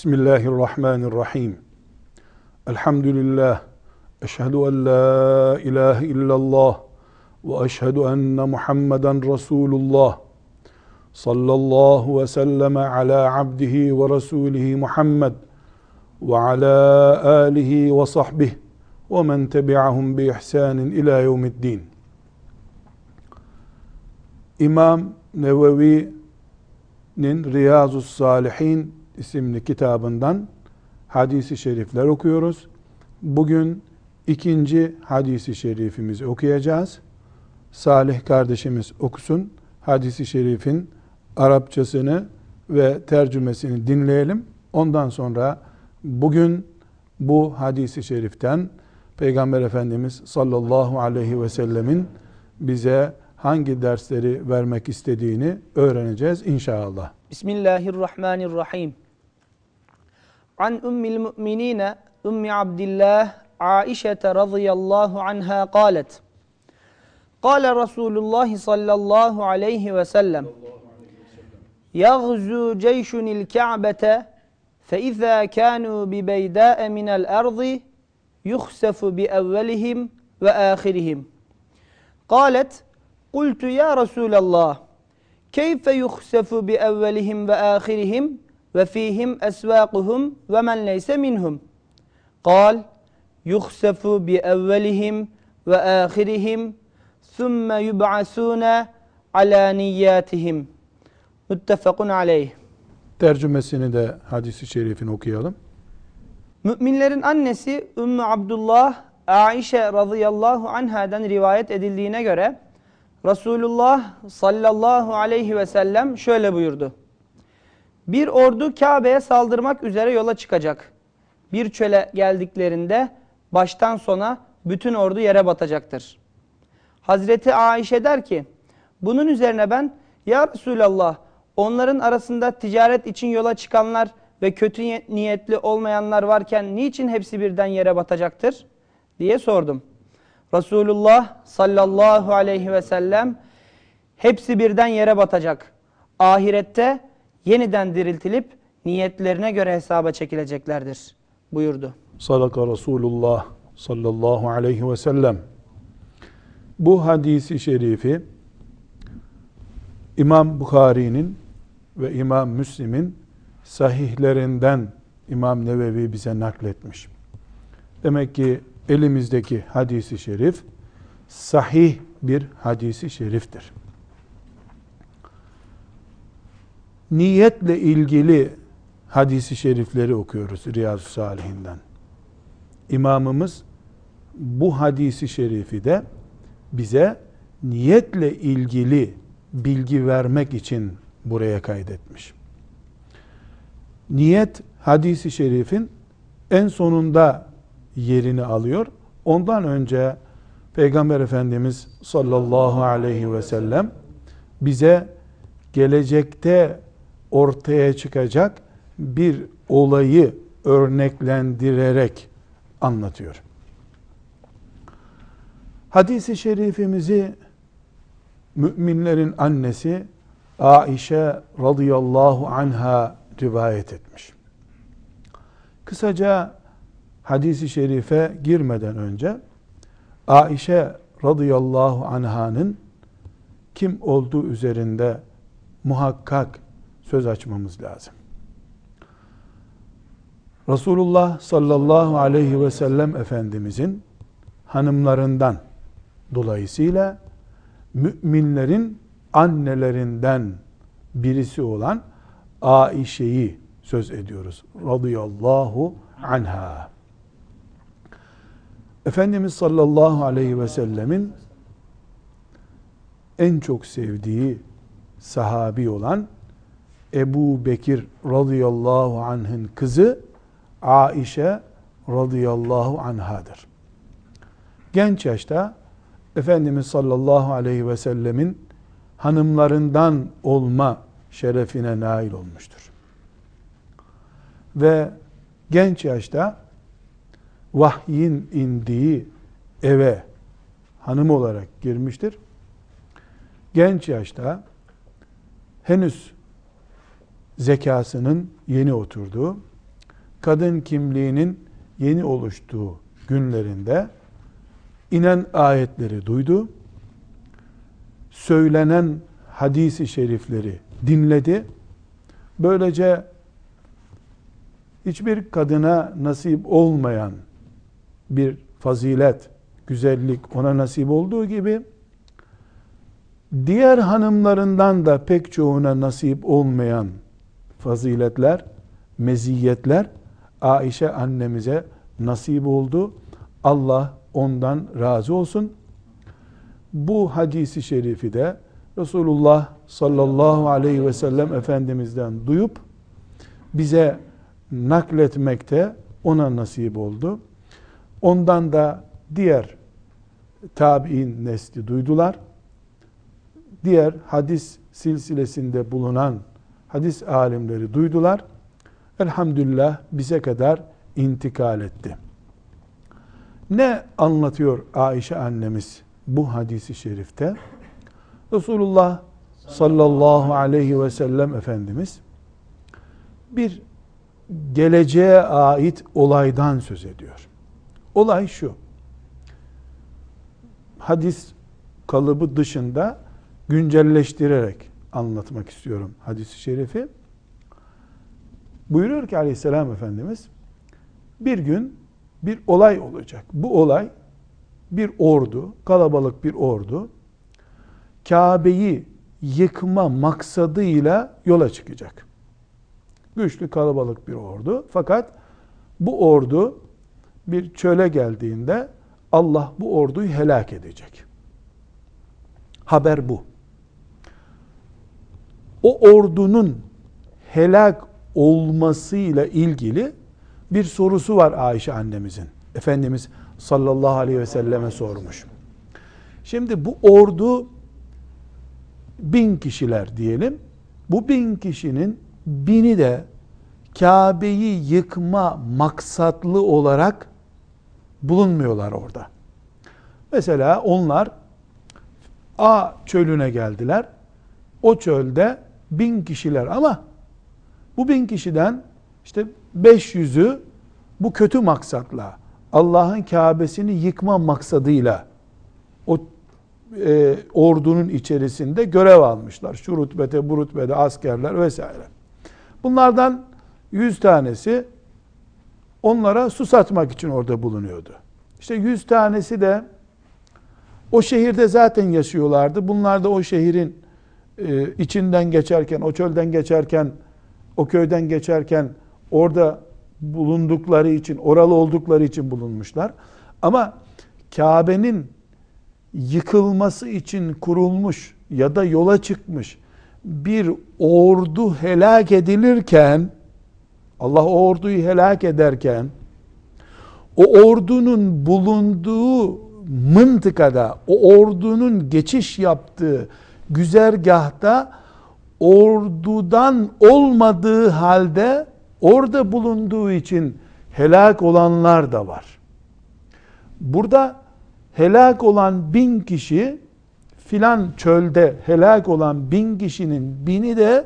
Bismillahirrahmanirrahim. Elhamdülillah. Eşhedü en la ilahe illallah ve eşhedü enne Muhammeden Resulullah. Sallallahu ve sellem ala abdihi ve resulihi Muhammed ve ala alihi ve sahbihi ve men tebi'ahum bi ihsanin ila yevmiddin. İmam Nevevi'nin Riyazus Salihin isimli kitabından hadisi şerifler okuyoruz. Bugün ikinci hadisi şerifimizi okuyacağız. Salih kardeşimiz okusun. Hadisi şerifin Arapçasını ve tercümesini dinleyelim. Ondan sonra bugün bu hadisi şeriften Peygamber Efendimiz sallallahu aleyhi ve sellemin bize hangi dersleri vermek istediğini öğreneceğiz inşallah. Bismillahirrahmanirrahim. An ummil mu'minine Ummi Abdillah Aişe radıyallahu anha قالت قال رسول الله صلى الله عليه وسلم يغزو جيش الكعبة فإذا كانوا ببيداء من الأرض يخسف بأولهم وآخرهم قالت قلت يا رسول الله كيف يخسف بأولهم وآخرهم وفيهم أسواقهم ومن ليس منهم قال يخسف بأولهم وآخرهم ثم يبعثون على نياتهم muttefakun aleyh. Tercümesini de hadis-i şerifini okuyalım. Müminlerin annesi Ümmü Abdullah Aişe radıyallahu anhadan rivayet edildiğine göre Resulullah sallallahu aleyhi ve sellem şöyle buyurdu. Bir ordu Kabe'ye saldırmak üzere yola çıkacak. Bir çöle geldiklerinde baştan sona bütün ordu yere batacaktır. Hazreti Aişe der ki, bunun üzerine ben, ya Resulallah, onların arasında ticaret için yola çıkanlar ve kötü niyetli olmayanlar varken niçin hepsi birden yere batacaktır diye sordum. Resulullah sallallahu aleyhi ve sellem, hepsi birden yere batacak. Ahirette yeniden diriltilip niyetlerine göre hesaba çekileceklerdir buyurdu. Sadaka Resulullah sallallahu aleyhi ve sellem. Bu hadisi şerifi İmam Bukhari'nin ve İmam Müslim'in sahihlerinden İmam Nevevi bize nakletmiş. Demek ki elimizdeki hadisi şerif sahih bir hadisi şeriftir. Niyetle ilgili hadisi şerifleri okuyoruz Riyazu Salihinden. İmamımız bu hadisi şerifi de bize niyetle ilgili bilgi vermek için buraya kaydetmiş. Niyet hadisi şerifin en sonunda yerini alıyor. Ondan önce Peygamber Efendimiz sallallahu aleyhi ve sellem bize gelecekte ortaya çıkacak bir olayı örneklendirerek anlatıyor. Hadis-i şerifimizi müminlerin annesi Aişe radıyallahu anha rivayet etmiş. Kısaca hadis-i şerife girmeden önce Aişe radıyallahu anhanın kim olduğu üzerinde muhakkak söz açmamız lazım. Resulullah sallallahu aleyhi ve sellem Efendimizin hanımlarından dolayısıyla müminlerin annelerinden birisi olan Aişe'yi söz ediyoruz. Radıyallahu anha. Efendimiz sallallahu aleyhi ve sellemin en çok sevdiği sahabi olan Ebu Bekir radıyallahu anh'ın kızı Aişe radıyallahu anhadır. Genç yaşta Efendimiz sallallahu aleyhi ve sellemin hanımlarından olma şerefine nail olmuştur. Ve genç yaşta vahyin indiği eve hanım olarak girmiştir. Genç yaşta henüz zekasının yeni oturduğu, kadın kimliğinin yeni oluştuğu günlerinde inen ayetleri duydu. Söylenen hadis-i şerifleri dinledi. Böylece hiçbir kadına nasip olmayan bir fazilet, güzellik ona nasip olduğu gibi diğer hanımlarından da pek çoğuna nasip olmayan faziletler, meziyetler Ayşe annemize nasip oldu. Allah ondan razı olsun. Bu hadisi şerifi de Resulullah sallallahu aleyhi ve sellem Efendimiz'den duyup bize nakletmekte ona nasip oldu. Ondan da diğer tabi'in nesli duydular. Diğer hadis silsilesinde bulunan hadis alimleri duydular. Elhamdülillah bize kadar intikal etti. Ne anlatıyor Ayşe annemiz bu hadisi şerifte? Resulullah sallallahu aleyhi ve sellem Efendimiz bir geleceğe ait olaydan söz ediyor. Olay şu: hadis kalıbı dışında güncelleştirerek anlatmak istiyorum hadis-i şerifi. Buyuruyor ki aleyhisselam Efendimiz, bir gün bir olay olacak. Bu olay bir ordu, kalabalık bir ordu, Kabe'yi yıkma maksadıyla yola çıkacak. Güçlü, kalabalık bir ordu. Fakat bu ordu bir çöle geldiğinde Allah bu orduyu helak edecek. Haber bu. O ordunun helak olmasıyla ilgili bir sorusu var Ayşe annemizin. Efendimiz sallallahu aleyhi ve selleme sormuş. Şimdi bu ordu 1000 kişiler diyelim. Bu 1000 kişinin 1000'i de Kabe'yi yıkma maksatlı olarak bulunmuyorlar orada. Mesela onlar A çölüne geldiler. O çölde 1000 kişiler ama bu 1000 kişiden işte 500'ü bu kötü maksatla, Allah'ın Kabe'sini yıkma maksadıyla o ordunun içerisinde görev almışlar. Şu rütbete, bu rütbede askerler vesaire. Bunlardan 100 tanesi onlara su satmak için orada bulunuyordu. İşte 100 tanesi de o şehirde zaten yaşıyorlardı. Bunlar da o şehrin içinden geçerken, o çölden geçerken, o köyden geçerken orada bulundukları için, oralı oldukları için bulunmuşlar. Ama Kabe'nin yıkılması için kurulmuş ya da yola çıkmış bir ordu helak edilirken, Allah o orduyu helak ederken, o ordunun bulunduğu mıntıkada, o ordunun geçiş yaptığı güzergahta ordudan olmadığı halde orada bulunduğu için helak olanlar da var. Burada helak olan 1000 kişi, filan çölde helak olan 1000 kişinin 1000'i de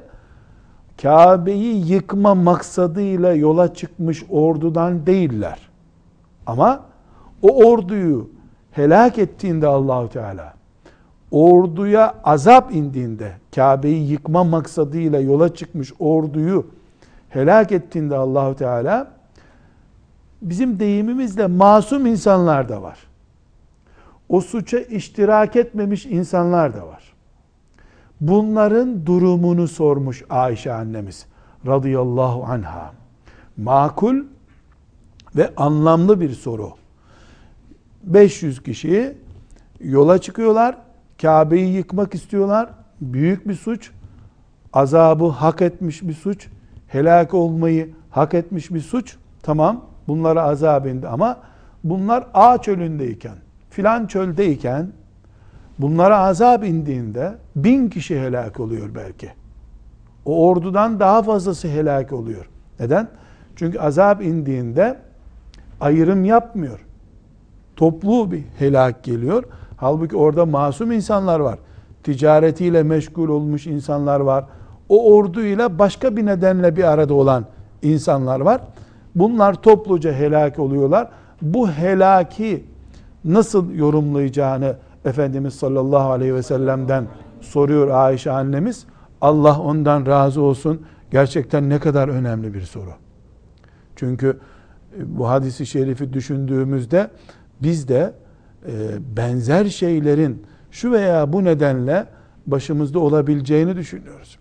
Kabe'yi yıkma maksadıyla yola çıkmış ordudan değiller. Ama o orduyu helak ettiğinde Allahu Teala, orduya azap indiğinde, Kabe'yi yıkma maksadıyla yola çıkmış orduyu helak ettiğinde Allahu Teala, bizim deyimimizle masum insanlar da var. O suça iştirak etmemiş insanlar da var. Bunların durumunu sormuş Ayşe annemiz radıyallahu anha. Makul ve anlamlı bir soru. 500 kişi yola çıkıyorlar. Kabe'yi yıkmak istiyorlar. Büyük bir suç. Azabı hak etmiş bir suç. Helak olmayı hak etmiş bir suç. Tamam, bunlara azap indi ama bunlar A çölündeyken, filan çöldeyken bunlara azap indiğinde 1000 kişi helak oluyor belki. O ordudan daha fazlası helak oluyor. Neden? Çünkü azap indiğinde ayrım yapmıyor. Toplu bir helak geliyor. Halbuki orada masum insanlar var. Ticaretiyle meşgul olmuş insanlar var. O orduyla başka bir nedenle bir arada olan insanlar var. Bunlar topluca helak oluyorlar. Bu helaki nasıl yorumlayacağını Efendimiz sallallahu aleyhi ve sellem'den soruyor Ayşe annemiz. Allah ondan razı olsun. Gerçekten ne kadar önemli bir soru. Çünkü bu hadisi şerifi düşündüğümüzde biz de benzer şeylerin şu veya bu nedenle başımızda olabileceğini düşünüyoruz.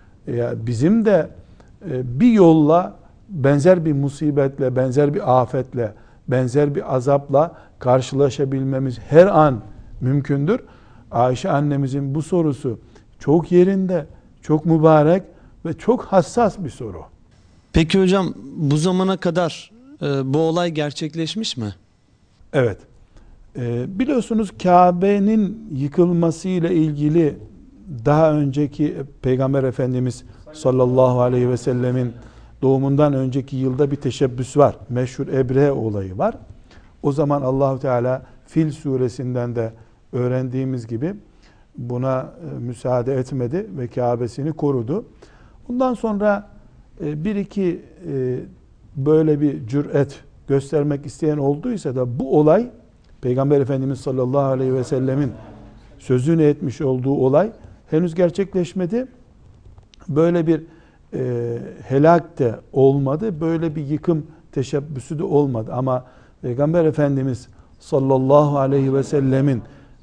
Bizim de bir yolla benzer bir musibetle, benzer bir afetle, benzer bir azapla karşılaşabilmemiz her an mümkündür. Ayşe annemizin bu sorusu çok yerinde, çok mübarek ve çok hassas bir soru. Peki hocam, bu zamana kadar bu olay gerçekleşmiş mi? Evet. Biliyorsunuz Kabe'nin yıkılmasıyla ilgili daha önceki Peygamber Efendimiz sallallahu aleyhi ve sellemin doğumundan önceki yılda bir teşebbüs var. Meşhur Ebrehe olayı var. O zaman Allahu Teala Fil suresinden de öğrendiğimiz gibi buna müsaade etmedi ve Kabe'sini korudu. Ondan sonra bir iki böyle bir cüret göstermek isteyen olduysa da bu olay Peygamber Efendimiz sallallahu aleyhi ve sellemin sözünü etmiş olduğu olay henüz gerçekleşmedi. Böyle bir helak de olmadı. Böyle bir yıkım teşebbüsü de olmadı. Ama Peygamber Efendimiz sallallahu aleyhi ve sellemin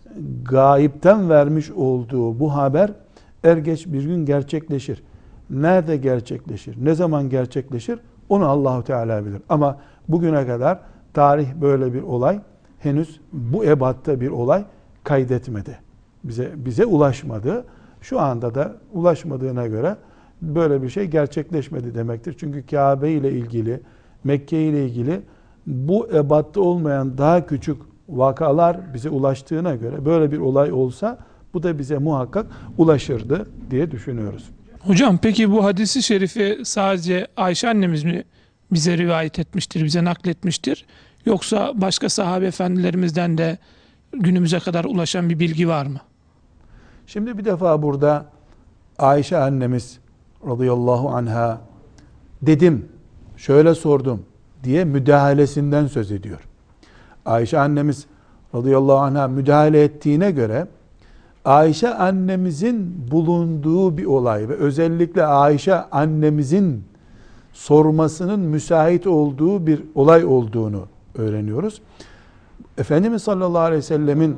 gayipten vermiş olduğu bu haber er geç bir gün gerçekleşir. Nerede gerçekleşir? Ne zaman gerçekleşir? Onu Allahu Teala bilir. Ama bugüne kadar tarih böyle bir olay henüz bu ebatta bir olay kaydetmedi. Bize ulaşmadı. Şu anda da ulaşmadığına göre böyle bir şey gerçekleşmedi demektir. Çünkü Kabe ile ilgili, Mekke ile ilgili bu ebatta olmayan daha küçük vakalar bize ulaştığına göre böyle bir olay olsa bu da bize muhakkak ulaşırdı diye düşünüyoruz. Hocam peki bu hadisi şerifi sadece Ayşe annemiz mi bize rivayet etmiştir, bize nakletmiştir? Yoksa başka sahabe efendilerimizden de günümüze kadar ulaşan bir bilgi var mı? Şimdi bir defa burada Ayşe annemiz radıyallahu anha dedim, şöyle sordum diye müdahalesinden söz ediyor. Ayşe annemiz radıyallahu anha müdahale ettiğine göre Ayşe annemizin bulunduğu bir olay ve özellikle Ayşe annemizin sormasının müsait olduğu bir olay olduğunu öğreniyoruz. Efendimiz sallallahu aleyhi ve sellemin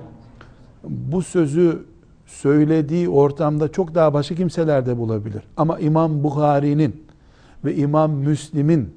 bu sözü söylediği ortamda çok daha başka kimseler de bulabilir. Ama İmam Bukhari'nin ve İmam Müslim'in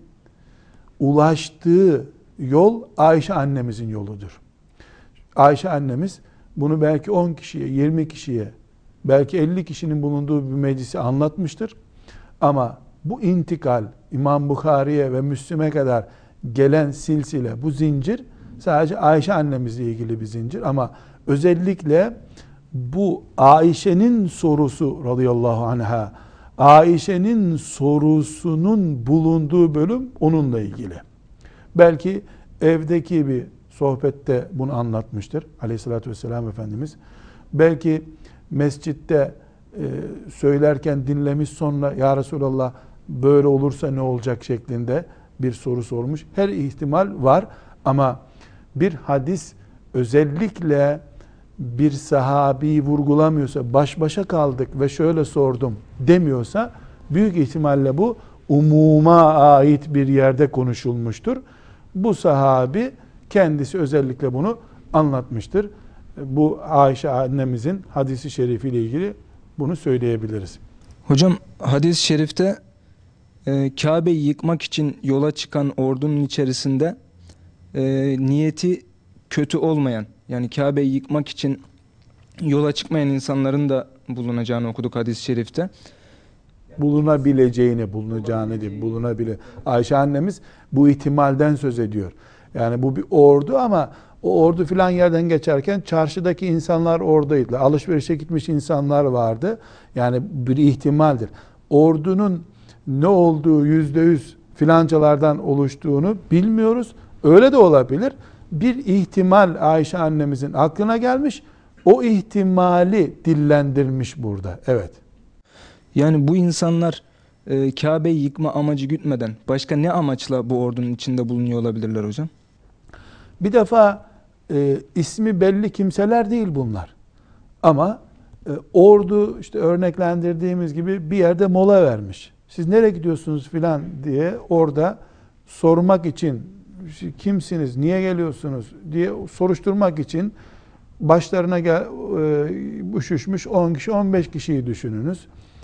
ulaştığı yol Ayşe annemizin yoludur. Ayşe annemiz bunu belki 10 kişiye, 20 kişiye, belki 50 kişinin bulunduğu bir meclisi anlatmıştır. Ama bu intikal İmam Bukhari'ye ve Müslim'e kadar gelen silsile, bu zincir sadece Ayşe annemizle ilgili bir zincir. Ama özellikle bu Ayşe'nin sorusu radıyallahu anha, Ayşe'nin sorusunun bulunduğu bölüm onunla ilgili. Belki evdeki bir sohbette bunu anlatmıştır aleyhissalatü vesselam Efendimiz. Belki mescitte söylerken dinlemiş, sonra ya Resulallah böyle olursa ne olacak şeklinde bir soru sormuş. Her ihtimal var ama bir hadis özellikle bir sahabeyi vurgulamıyorsa, baş başa kaldık ve şöyle sordum demiyorsa büyük ihtimalle bu umuma ait bir yerde konuşulmuştur. Bu sahabi kendisi özellikle bunu anlatmıştır. Bu Ayşe annemizin hadisi şerifiyle ilgili bunu söyleyebiliriz. Hocam hadis-i şerifte Kabe'yi yıkmak için yola çıkan ordunun içerisinde niyeti kötü olmayan, yani Kabe'yi yıkmak için yola çıkmayan insanların da bulunacağını okuduk hadis-i şerifte. Bulunacağını değil, bulunabilir. Ayşe annemiz bu ihtimalden söz ediyor. Yani bu bir ordu ama o ordu filan yerden geçerken çarşıdaki insanlar oradaydı. Alışverişe gitmiş insanlar vardı. Yani bir ihtimaldir. Ordunun ne olduğu %100 filancalardan oluştuğunu bilmiyoruz. Öyle de olabilir. Bir ihtimal Ayşe annemizin aklına gelmiş. O ihtimali dillendirmiş burada. Evet. Yani bu insanlar Kabe'yi yıkma amacı gütmeden başka ne amaçla bu ordunun içinde bulunuyor olabilirler hocam? Bir defa ismi belli kimseler değil bunlar. Ama ordu işte örneklendirdiğimiz gibi bir yerde mola vermiş. Siz nereye gidiyorsunuz filan diye orada sormak için, kimsiniz, niye geliyorsunuz diye soruşturmak için başlarına üşüşmüş 10 kişi, 15 kişiyi düşününüz.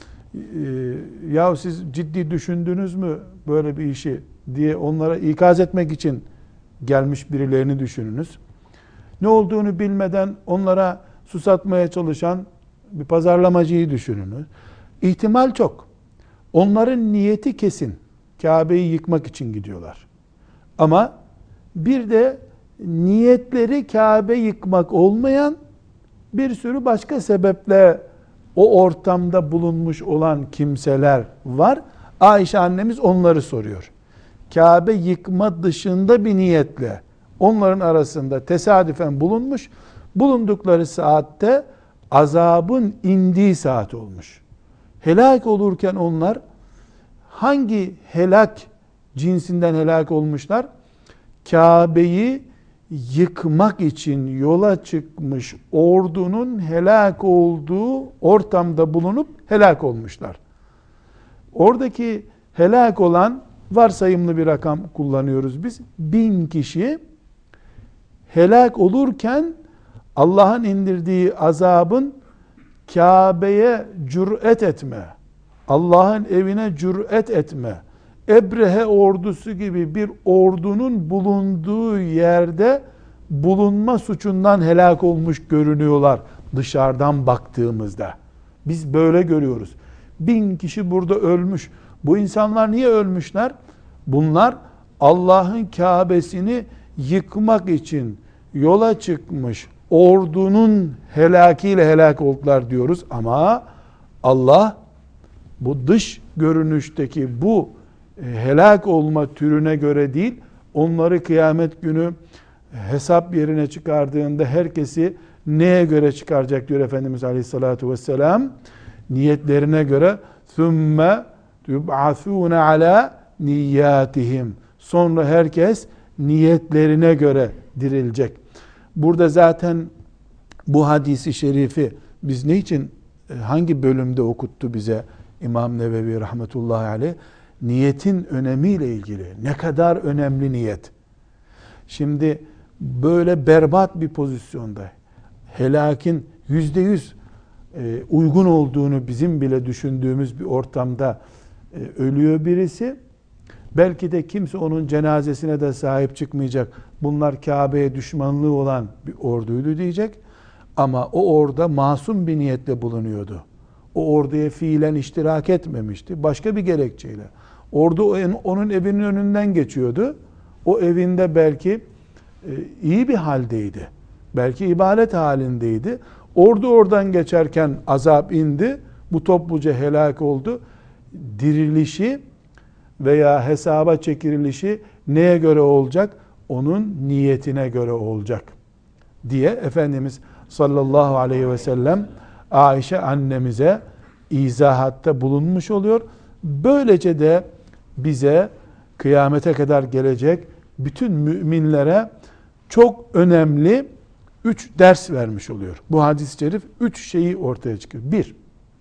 Ya siz ciddi düşündünüz mü böyle bir işi diye onlara ikaz etmek için gelmiş birilerini düşününüz. Ne olduğunu bilmeden onlara susatmaya çalışan bir pazarlamacıyı düşününüz. İhtimal çok. Onların niyeti kesin. Kabe'yi yıkmak için gidiyorlar. Ama bir de niyetleri Kabe yıkmak olmayan bir sürü başka sebeple o ortamda bulunmuş olan kimseler var. Ayşe annemiz onları soruyor. Kabe yıkma dışında bir niyetle onların arasında tesadüfen bulunmuş. Bulundukları saatte azabın indiği saat olmuş. Helak olurken onlar hangi helak cinsinden helak olmuşlar? Kabe'yi yıkmak için yola çıkmış ordunun helak olduğu ortamda bulunup helak olmuşlar. Oradaki helak olan varsayımlı bir rakam kullanıyoruz biz. 1000 kişi helak olurken Allah'ın indirdiği azabın Kabe'ye cüret etme, Allah'ın evine cüret etme, Ebrehe ordusu gibi bir ordunun bulunduğu yerde bulunma suçundan helak olmuş görünüyorlar dışarıdan baktığımızda. Biz böyle görüyoruz. 1000 kişi burada ölmüş. Bu insanlar niye ölmüşler? Bunlar Allah'ın Kabe'sini yıkmak için yola çıkmış ordunun helakiyle helak oldular diyoruz. Ama Allah bu dış görünüşteki bu helak olma türüne göre değil, onları kıyamet günü hesap yerine çıkardığında herkesi neye göre çıkaracak diyor Efendimiz Aleyhisselatü Vesselam? Niyetlerine göre ثُمَّ يُبْعَثُونَ عَلَى نِيَّاتِهِمْ. Sonra herkes niyetlerine göre dirilecek. Burada zaten bu hadisi şerifi biz ne için, hangi bölümde okuttu bize İmam Nevevi rahmetullahi aleyh? Niyetin önemiyle ilgili. Ne kadar önemli niyet. Şimdi böyle berbat bir pozisyonda, helakin %100 uygun olduğunu bizim bile düşündüğümüz bir ortamda ölüyor birisi. Belki de kimse onun cenazesine de sahip çıkmayacak. Bunlar Kabe'ye düşmanlığı olan bir orduydu diyecek. Ama o orada masum bir niyetle bulunuyordu. O orduya fiilen iştirak etmemişti. Başka bir gerekçeyle. Ordu onun evinin önünden geçiyordu. O evinde belki iyi bir haldeydi. Belki ibadet halindeydi. Ordu oradan geçerken azap indi. Bu topluca helak oldu. Dirilişi veya hesaba çekilişi neye göre olacak? Onun niyetine göre olacak diye Efendimiz sallallahu aleyhi ve sellem Ayşe annemize izahatta bulunmuş oluyor. Böylece de bize kıyamete kadar gelecek bütün müminlere çok önemli 3 ders vermiş oluyor. Bu hadis-i şerif 3 şeyi ortaya çıkıyor. 1.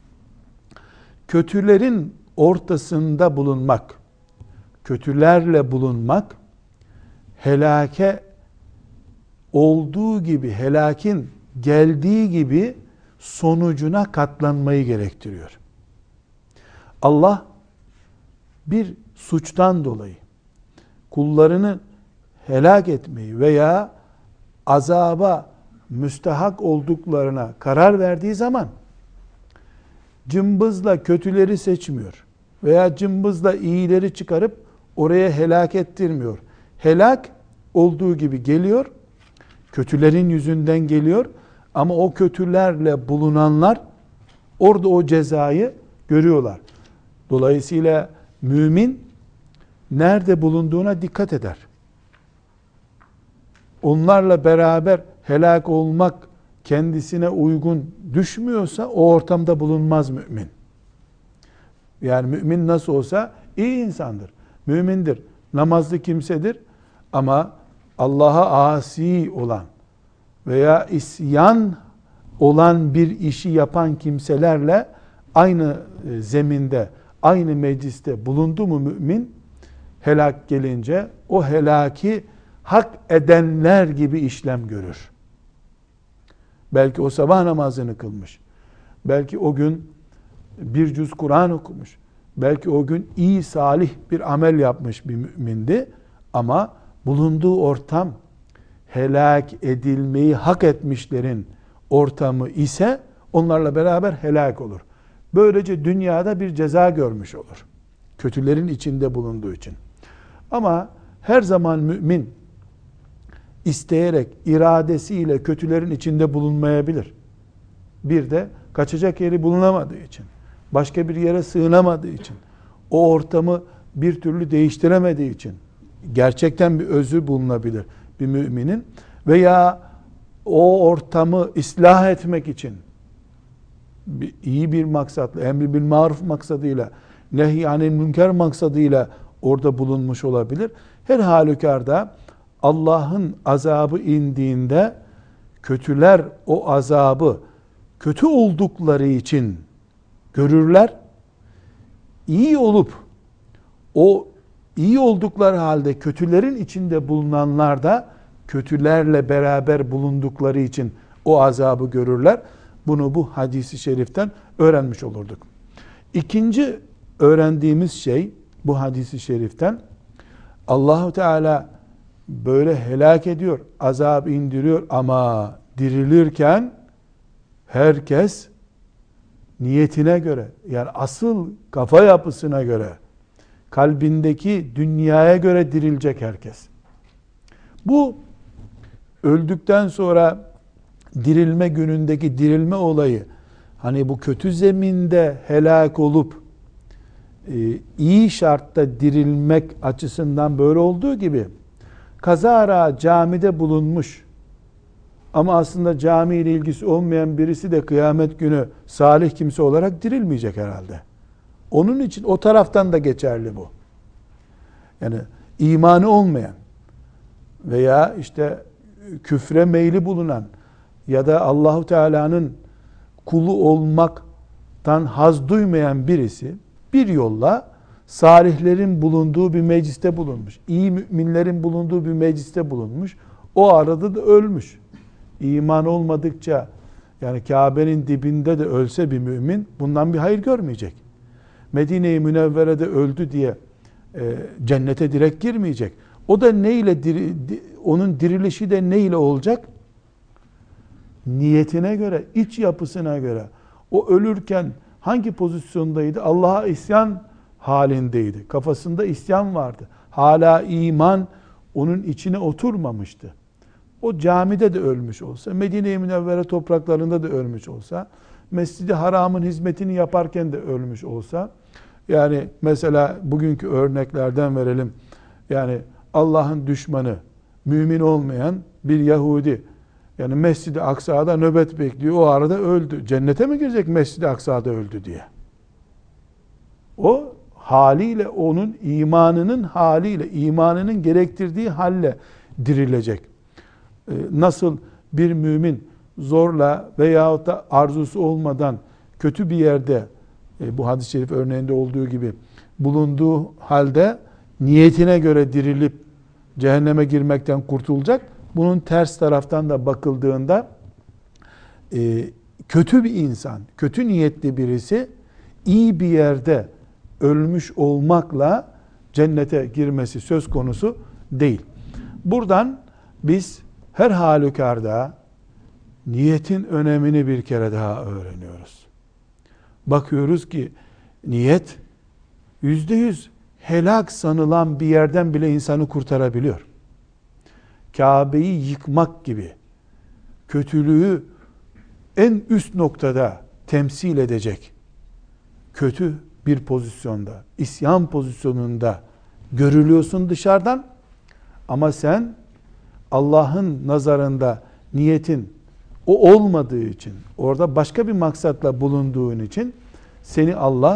Kötülerin ortasında bulunmak, kötülerle bulunmak, helake olduğu gibi, helakin geldiği gibi sonucuna katlanmayı gerektiriyor. Allah bir suçtan dolayı kullarını helak etmeyi veya azaba müstehak olduklarına karar verdiği zaman cımbızla kötüleri seçmiyor veya cımbızla iyileri çıkarıp oraya helak ettirmiyor. Helak olduğu gibi geliyor, kötülerin yüzünden geliyor ama o kötülerle bulunanlar orada o cezayı görüyorlar. Dolayısıyla mümin nerede bulunduğuna dikkat eder. Onlarla beraber helak olmak kendisine uygun düşmüyorsa o ortamda bulunmaz mümin. Yani mümin nasıl olsa iyi insandır, mümindir, namazlı kimsedir ama Allah'a asi olan veya isyan olan bir işi yapan kimselerle aynı zeminde, aynı mecliste bulundu mu mümin, helak gelince o helaki hak edenler gibi işlem görür. Belki o sabah namazını kılmış, belki o gün bir cüz Kur'an okumuş, belki o gün iyi salih bir amel yapmış bir mümindi ama bulunduğu ortam helak edilmeyi hak etmişlerin ortamı ise onlarla beraber helak olur. Böylece dünyada bir ceza görmüş olur. Kötülerin içinde bulunduğu için. Ama her zaman mümin isteyerek, iradesiyle kötülerin içinde bulunmayabilir. Bir de kaçacak yeri bulunamadığı için, başka bir yere sığınamadığı için, o ortamı bir türlü değiştiremediği için gerçekten bir özür bulunabilir bir müminin veya o ortamı ıslah etmek için iyi bir maksatla, emri bil maruf maksadıyla, nehy anil münker maksadıyla orada bulunmuş olabilir. Her halükarda Allah'ın azabı indiğinde kötüler o azabı kötü oldukları için görürler. İyi olup o iyi oldukları halde kötülerin içinde bulunanlar da kötülerle beraber bulundukları için o azabı görürler. Bunu bu hadisi şeriften öğrenmiş olurduk. İkinci öğrendiğimiz şey bu hadisi şeriften Allahu Teala böyle helak ediyor, azap indiriyor ama dirilirken herkes niyetine göre, yani asıl kafa yapısına göre, kalbindeki dünyaya göre dirilecek herkes. Bu öldükten sonra dirilme günündeki dirilme olayı, hani bu kötü zeminde helak olup iyi şartta dirilmek açısından böyle olduğu gibi kazara camide bulunmuş ama aslında cami ile ilgisi olmayan birisi de kıyamet günü salih kimse olarak dirilmeyecek herhalde. Onun için o taraftan da geçerli bu. Yani imanı olmayan veya işte küfre meyli bulunan ya da Allahu Teala'nın kulu olmaktan haz duymayan birisi bir yolla salihlerin bulunduğu bir mecliste bulunmuş. İyi müminlerin bulunduğu bir mecliste bulunmuş. O arada da ölmüş. İman olmadıkça, yani Kabe'nin dibinde de ölse bir mümin bundan bir hayır görmeyecek. Medine-i Münevvere'de öldü diye cennete direkt girmeyecek. O da neyle onun dirilişi de neyle olacak? Niyetine göre, iç yapısına göre. O ölürken hangi pozisyondaydı? Allah'a isyan halindeydi. Kafasında isyan vardı. Hala iman onun içine oturmamıştı. O camide de ölmüş olsa, Medine-i Münevvere topraklarında da ölmüş olsa, Mescid-i Haram'ın hizmetini yaparken de ölmüş olsa, yani mesela bugünkü örneklerden verelim. Yani Allah'ın düşmanı, mümin olmayan bir Yahudi, yani Mescid-i Aksa'da nöbet bekliyor, o arada öldü. Cennete mi girecek Mescid-i Aksa'da öldü diye? O haliyle, onun imanının haliyle, imanının gerektirdiği halle dirilecek. Nasıl bir mümin zorla veyahut da arzusu olmadan kötü bir yerde, bu hadis-i şerif örneğinde olduğu gibi bulunduğu halde niyetine göre dirilip cehenneme girmekten kurtulacak. Bunun ters taraftan da bakıldığında kötü bir insan, kötü niyetli birisi iyi bir yerde ölmüş olmakla cennete girmesi söz konusu değil. Buradan biz her halükarda niyetin önemini bir kere daha öğreniyoruz. Bakıyoruz ki niyet %100 helak sanılan bir yerden bile insanı kurtarabiliyor. Kabe'yi yıkmak gibi kötülüğü en üst noktada temsil edecek kötü bir pozisyonda, isyan pozisyonunda görülüyorsun dışarıdan ama sen Allah'ın nazarında niyetin o olmadığı için, orada başka bir maksatla bulunduğun için seni Allah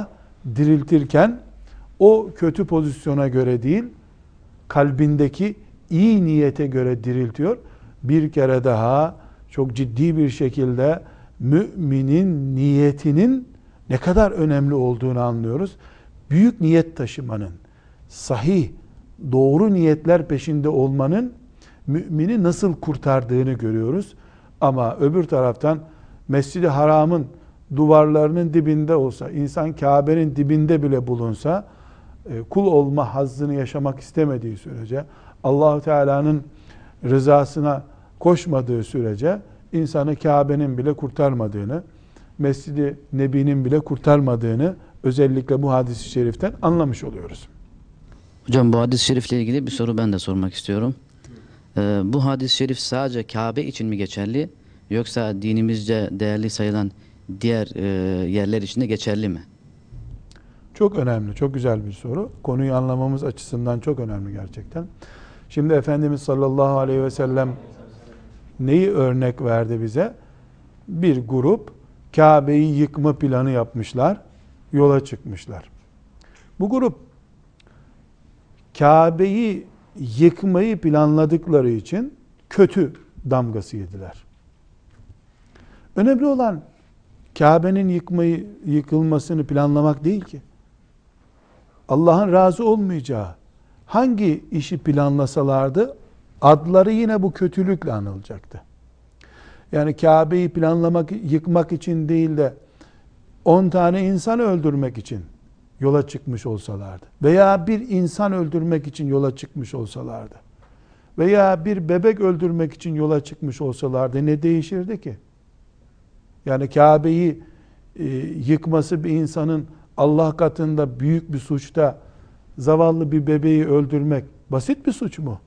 diriltirken o kötü pozisyona göre değil, kalbindeki iyi niyete göre diriltiyor. Bir kere daha çok ciddi bir şekilde müminin niyetinin ne kadar önemli olduğunu anlıyoruz. Büyük niyet taşımanın, sahih, doğru niyetler peşinde olmanın mümini nasıl kurtardığını görüyoruz. Ama öbür taraftan Mescid-i Haram'ın duvarlarının dibinde olsa, insan Kabe'nin dibinde bile bulunsa, kul olma hazzını yaşamak istemediği sürece, Allah-u Teala'nın rızasına koşmadığı sürece, insanı Kabe'nin bile kurtarmadığını, Mescid-i Nebi'nin bile kurtarmadığını özellikle bu hadis-i şeriften anlamış oluyoruz. Hocam bu hadis-i şerifle ilgili bir soru ben de sormak istiyorum. Bu hadis-i şerif sadece Kabe için mi geçerli, yoksa dinimizce değerli sayılan diğer yerler için de geçerli mi? Çok önemli, çok güzel bir soru. Konuyu anlamamız açısından çok önemli gerçekten. Şimdi Efendimiz sallallahu aleyhi ve sellem neyi örnek verdi bize? Bir grup Kabe'yi yıkma planı yapmışlar, yola çıkmışlar. Bu grup Kabe'yi yıkmayı planladıkları için kötü damgası yediler. Önemli olan Kabe'nin yıkılmasını planlamak değil ki. Allah'ın razı olmayacağı hangi işi planlasalardı adları yine bu kötülükle anılacaktı. Yani Kabe'yi planlamak, yıkmak için değil de 10 tane insan öldürmek için yola çıkmış olsalardı veya bir insan öldürmek için yola çıkmış olsalardı veya bir bebek öldürmek için yola çıkmış olsalardı ne değişirdi ki? Yani Kabe'yi yıkması bir insanın Allah katında büyük bir suçta zavallı bir bebeği öldürmek basit bir suç mu?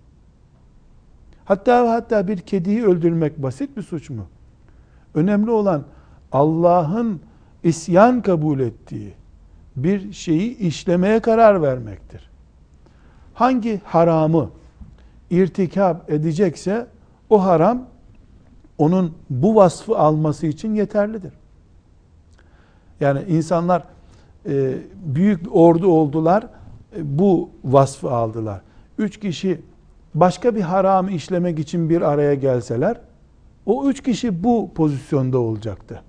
Hatta bir kediyi öldürmek basit bir suç mu? Önemli olan Allah'ın isyan kabul ettiği bir şeyi işlemeye karar vermektir. Hangi haramı irtikap edecekse o haram onun bu vasfı alması için yeterlidir. Yani insanlar büyük bir ordu oldular, bu vasfı aldılar. 3 kişi başka bir haramı işlemek için bir araya gelseler, o 3 kişi bu pozisyonda olacaktı.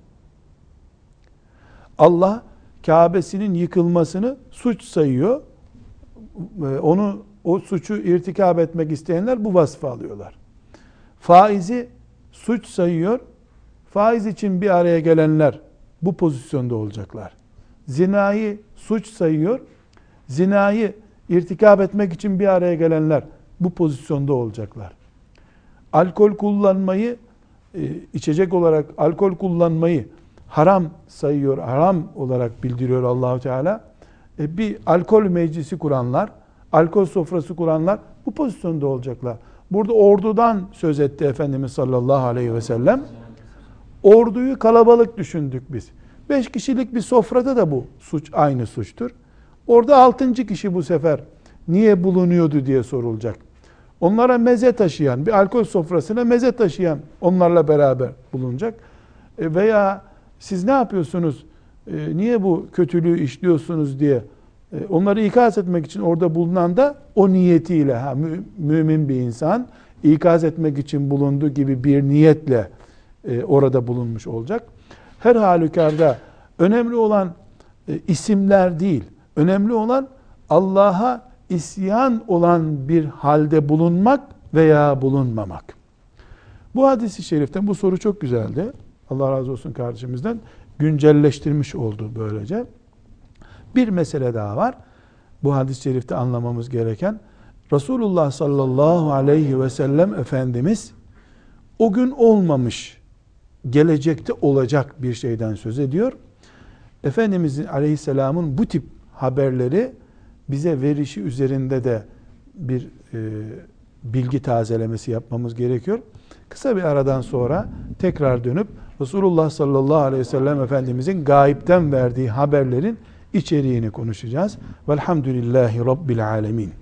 Allah Kabe'sinin yıkılmasını suç sayıyor. O suçu irtikap etmek isteyenler bu vasfı alıyorlar. Faizi suç sayıyor. Faiz için bir araya gelenler bu pozisyonda olacaklar. Zinayı suç sayıyor. Zinayı irtikap etmek için bir araya gelenler bu pozisyonda olacaklar. Alkol kullanmayı, içecek olarak alkol kullanmayı haram sayıyor, haram olarak bildiriyor Allah-u Teala. Bir alkol meclisi kuranlar, alkol sofrası kuranlar bu pozisyonda olacaklar. Burada ordudan söz etti Efendimiz sallallahu aleyhi ve sellem. Orduyu kalabalık düşündük biz. 5 kişilik bir sofrada da bu suç aynı suçtur. Orada 6. kişi bu sefer niye bulunuyordu diye sorulacak. Onlara meze taşıyan, bir alkol sofrasına meze taşıyan onlarla beraber bulunacak. Veya siz ne yapıyorsunuz, niye bu kötülüğü işliyorsunuz diye onları ikaz etmek için orada bulunan da o niyetiyle, mümin bir insan ikaz etmek için bulunduğu gibi bir niyetle orada bulunmuş olacak. Her halükarda önemli olan isimler değil, önemli olan Allah'a isyan olan bir halde bulunmak veya bulunmamak. Bu hadis-i şeriften bu soru çok güzeldi. Allah razı olsun kardeşimizden. Güncelleştirmiş oldu böylece. Bir mesele daha var. Bu hadis-i şerifte anlamamız gereken. Resulullah sallallahu aleyhi ve sellem Efendimiz o gün olmamış, gelecekte olacak bir şeyden söz ediyor. Efendimizin aleyhisselamın bu tip haberleri bize verişi üzerinde de bir bilgi tazelemesi yapmamız gerekiyor. Kısa bir aradan sonra tekrar dönüp Resulullah sallallahu aleyhi ve sellem Efendimizin gayipten verdiği haberlerin içeriğini konuşacağız. Velhamdülillahi Rabbil alemin.